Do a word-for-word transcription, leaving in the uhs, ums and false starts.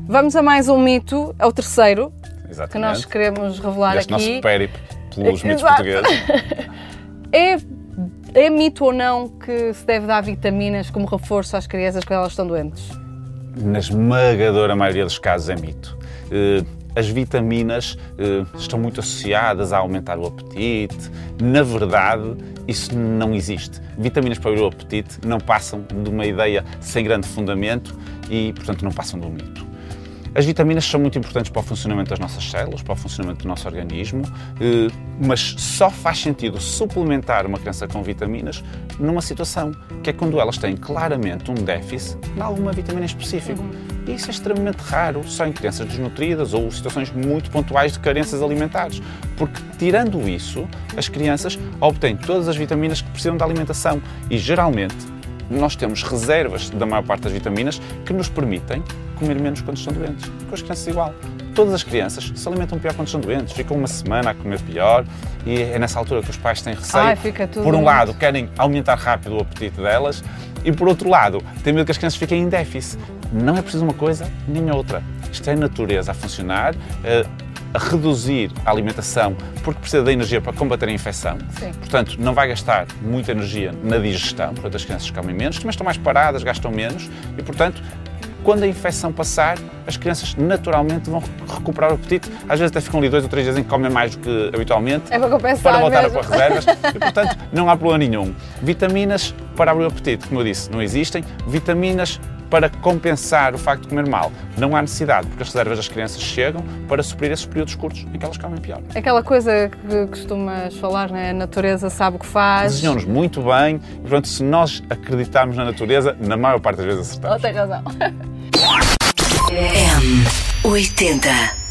Vamos a mais um mito, é o terceiro, Exatamente. que nós queremos revelar este aqui. Este nosso périplo pelos mitos Exato. portugueses. É, é mito ou não que se deve dar vitaminas como reforço às crianças quando elas estão doentes? Na esmagadora maioria dos casos é mito. As vitaminas estão muito associadas a aumentar o apetite. Na verdade, isso não existe. Vitaminas para o apetite não passam de uma ideia sem grande fundamento e, portanto, não passam de um mito. As vitaminas são muito importantes para o funcionamento das nossas células, para o funcionamento do nosso organismo, mas só faz sentido suplementar uma criança com vitaminas numa situação, que é quando elas têm claramente um déficit de alguma vitamina em específico. E isso é extremamente raro, só em crianças desnutridas ou situações muito pontuais de carências alimentares. Porque, tirando isso, as crianças obtêm todas as vitaminas que precisam da alimentação e, geralmente, nós temos reservas da maior parte das vitaminas que nos permitem comer menos quando estão doentes. Com as crianças igual. Todas as crianças se alimentam pior quando estão doentes, ficam uma semana a comer pior e é nessa altura que os pais têm receio. Ai, fica tudo por um muito... lado, querem aumentar rápido o apetite delas e, por outro lado, têm medo que as crianças fiquem em déficit. Não é preciso uma coisa nem outra. Isto é a natureza a funcionar, a reduzir a alimentação porque precisa da energia para combater a infecção. Sim. Portanto, não vai gastar muita energia na digestão, portanto as crianças comem menos, também estão mais paradas, gastam menos e, portanto, quando a infecção passar, as crianças naturalmente vão recuperar o apetite. Às vezes até ficam ali dois ou três dias em que comem mais do que habitualmente. É para compensar para voltar mesmo. a pôr reservas e, portanto, não há problema nenhum. Vitaminas para abrir o apetite, como eu disse, não existem. Vitaminas para compensar o facto de comer mal, não há necessidade, porque as reservas das crianças chegam para suprir esses períodos curtos em que elas comem pior. Aquela coisa que costumas falar, né? A natureza sabe o que faz. Desenham-nos muito bem e, portanto, se nós acreditarmos na natureza, na maior parte das vezes acertamos. Oh, tem razão. M oitenta.